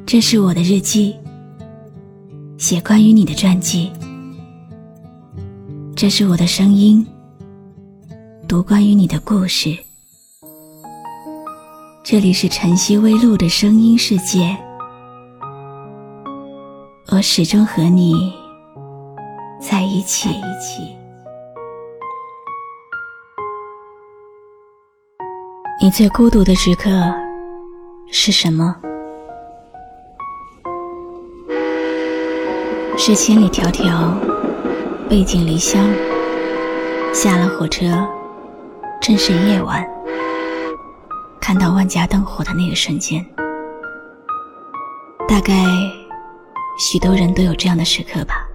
这是我的日记，写关于你的传记。这是我的声音，读关于你的故事。这里是晨曦微露的声音世界，我始终和你在一起。你最孤独的时刻是什么？是千里迢迢背井离乡，下了火车正是夜晚，看到万家灯火的那个瞬间。大概许多人都有这样的时刻吧。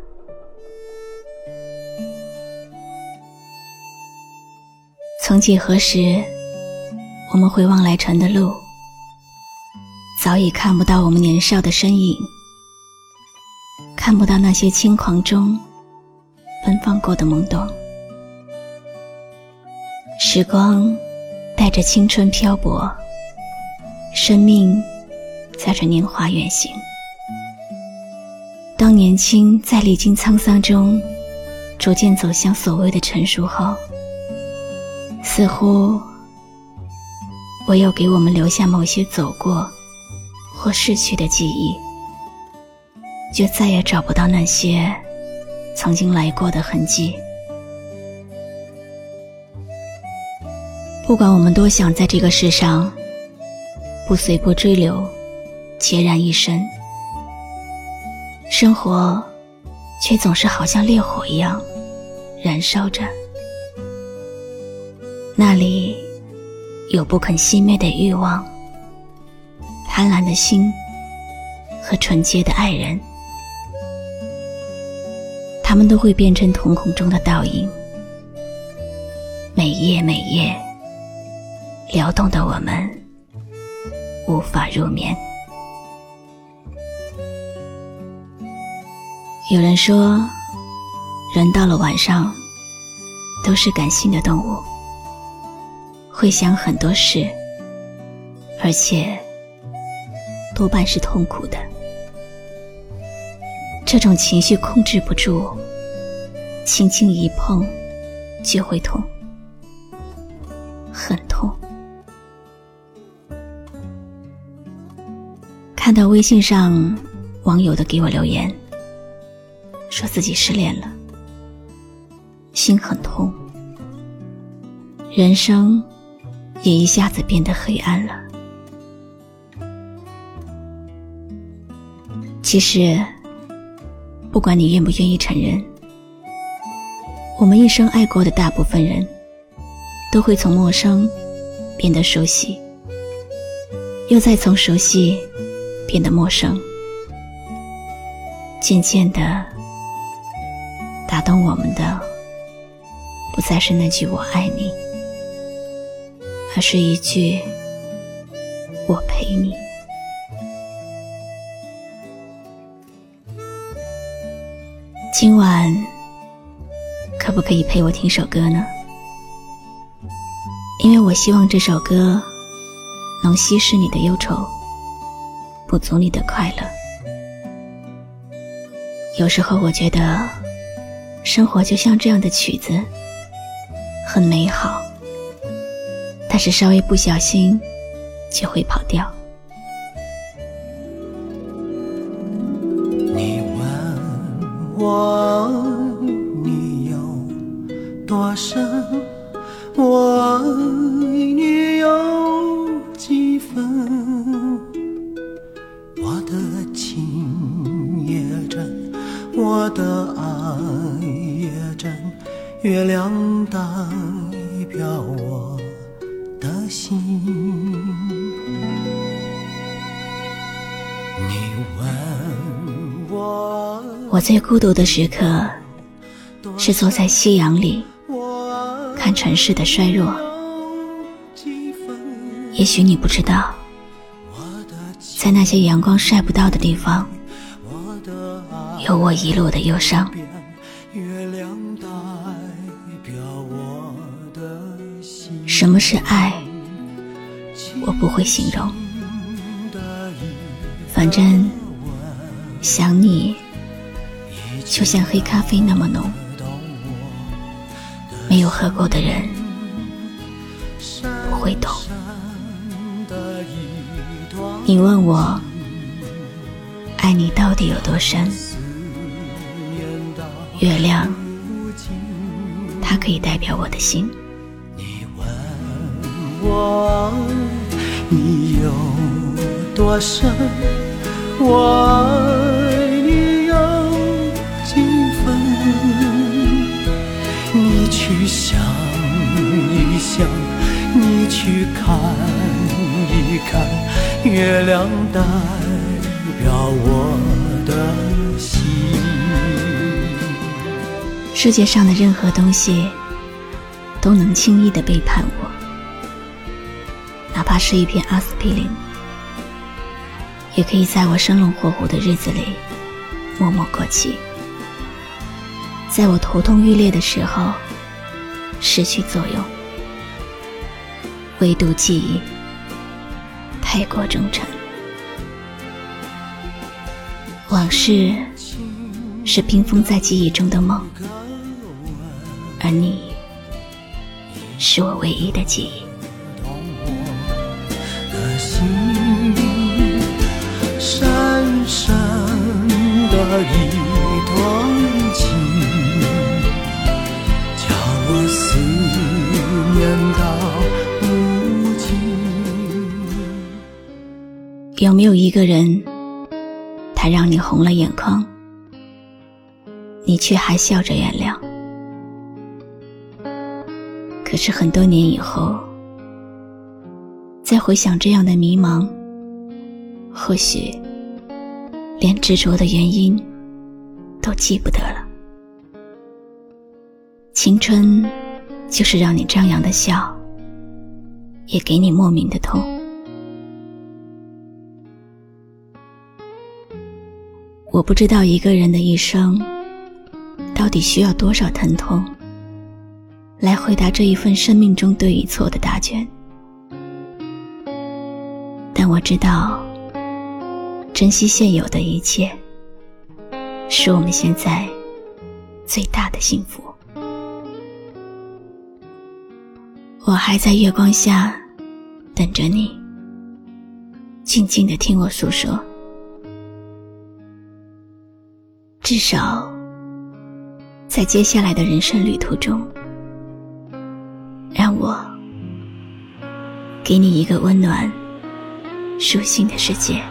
曾几何时，我们回望来时的路，早已看不到我们年少的身影，看不到那些轻狂中奔放过的懵懂。时光带着青春漂泊，生命载着年华远行。当年轻在历经沧桑中逐渐走向所谓的成熟后，似乎唯有给我们留下某些走过或逝去的记忆，就再也找不到那些曾经来过的痕迹。不管我们多想在这个世上不随波追流，孑然一身，生活却总是好像烈火一样燃烧着。那里有不肯熄灭的欲望，贪婪的心和纯洁的爱人，他们都会变成瞳孔中的倒影，每夜每夜撩动的我们无法入眠。有人说，人到了晚上都是感性的动物，会想很多事，而且多半是痛苦的。这种情绪控制不住，轻轻一碰就会痛，很痛。看到微信上网友的给我留言，说自己失恋了，心很痛，人生也一下子变得黑暗了。其实不管你愿不愿意承认，我们一生爱过的大部分人都会从陌生变得熟悉，又再从熟悉变得陌生。渐渐的，打动我们的不再是那句我爱你，而是一句我陪你。今晚可不可以陪我听首歌呢？因为我希望这首歌能稀释你的忧愁，补足你的快乐。有时候我觉得生活就像这样的曲子，很美好，但是稍微不小心就会跑调。 你问我你有多深，我爱你有几分，我的情也真，我的爱也真，月亮代表我的心。你问我最孤独的时刻是坐在夕阳里看城市的衰弱。也许你不知道，在那些阳光晒不到的地方，有我一路的忧伤。什么是爱，我不会形容， 反正想你就像黑咖啡那么浓，没有喝过的人不会懂。你问我爱你到底有多深，月亮它可以代表我的心。 你问我你有多深，我爱你有几分，你去想一想，你去看一看，月亮代表我的心。 世界上的任何东西都能轻易地背叛我，哪怕是一片阿司匹林，也可以在我生龙活虎的日子里默默过期，在我头痛欲裂的时候失去作用。唯独记忆太过忠诚，往事是冰封在记忆中的梦，而你是我唯一的记忆。 深深的一段情，叫我思念到无尽。 有没有一个人，他让你红了眼眶，你却还笑着原谅？可是很多年以后，再回想这样的迷茫，或许连执着的原因都记不得了。青春就是让你张扬的笑，也给你莫名的痛。我不知道一个人的一生到底需要多少疼痛来回答这一份生命中对与错的答卷，但我知道珍惜现有的一切是我们现在最大的幸福。我还在月光下等着你，静静地听我诉说，至少在接下来的人生旅途中，让我给你一个温暖舒心的世界。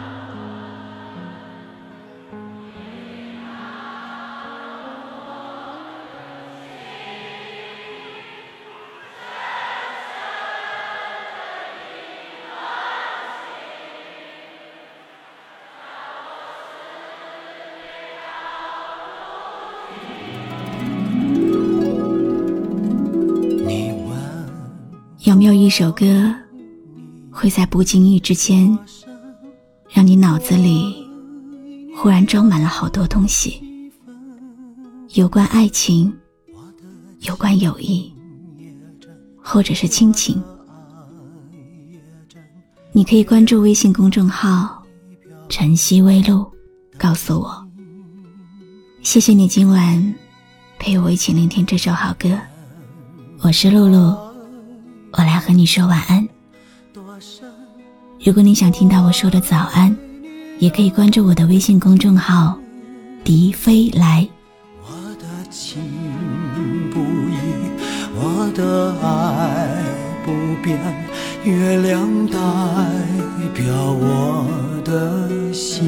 有没有一首歌会在不经意之间让你脑子里忽然装满了好多东西，有关爱情，有关友谊，或者是亲情？你可以关注微信公众号晨曦微露，告诉我。谢谢你今晚陪我一起聆听这首好歌，我是露露，我来和你说晚安。如果你想听到我说的早安，也可以关注我的微信公众号迪飞来。 我的情不移，我的爱不变，月亮代表我的心。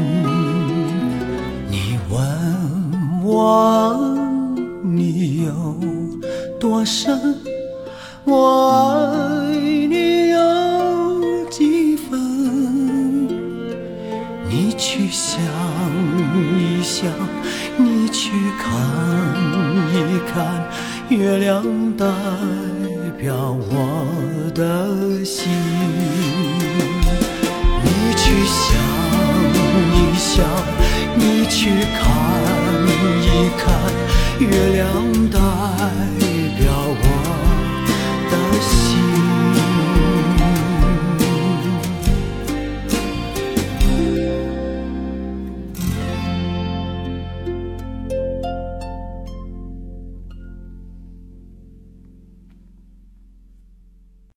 你问我你有多深，我爱你有几分，你去想一想，你去看一看，月亮代表我的心。你去想一想，你去看一看，月亮代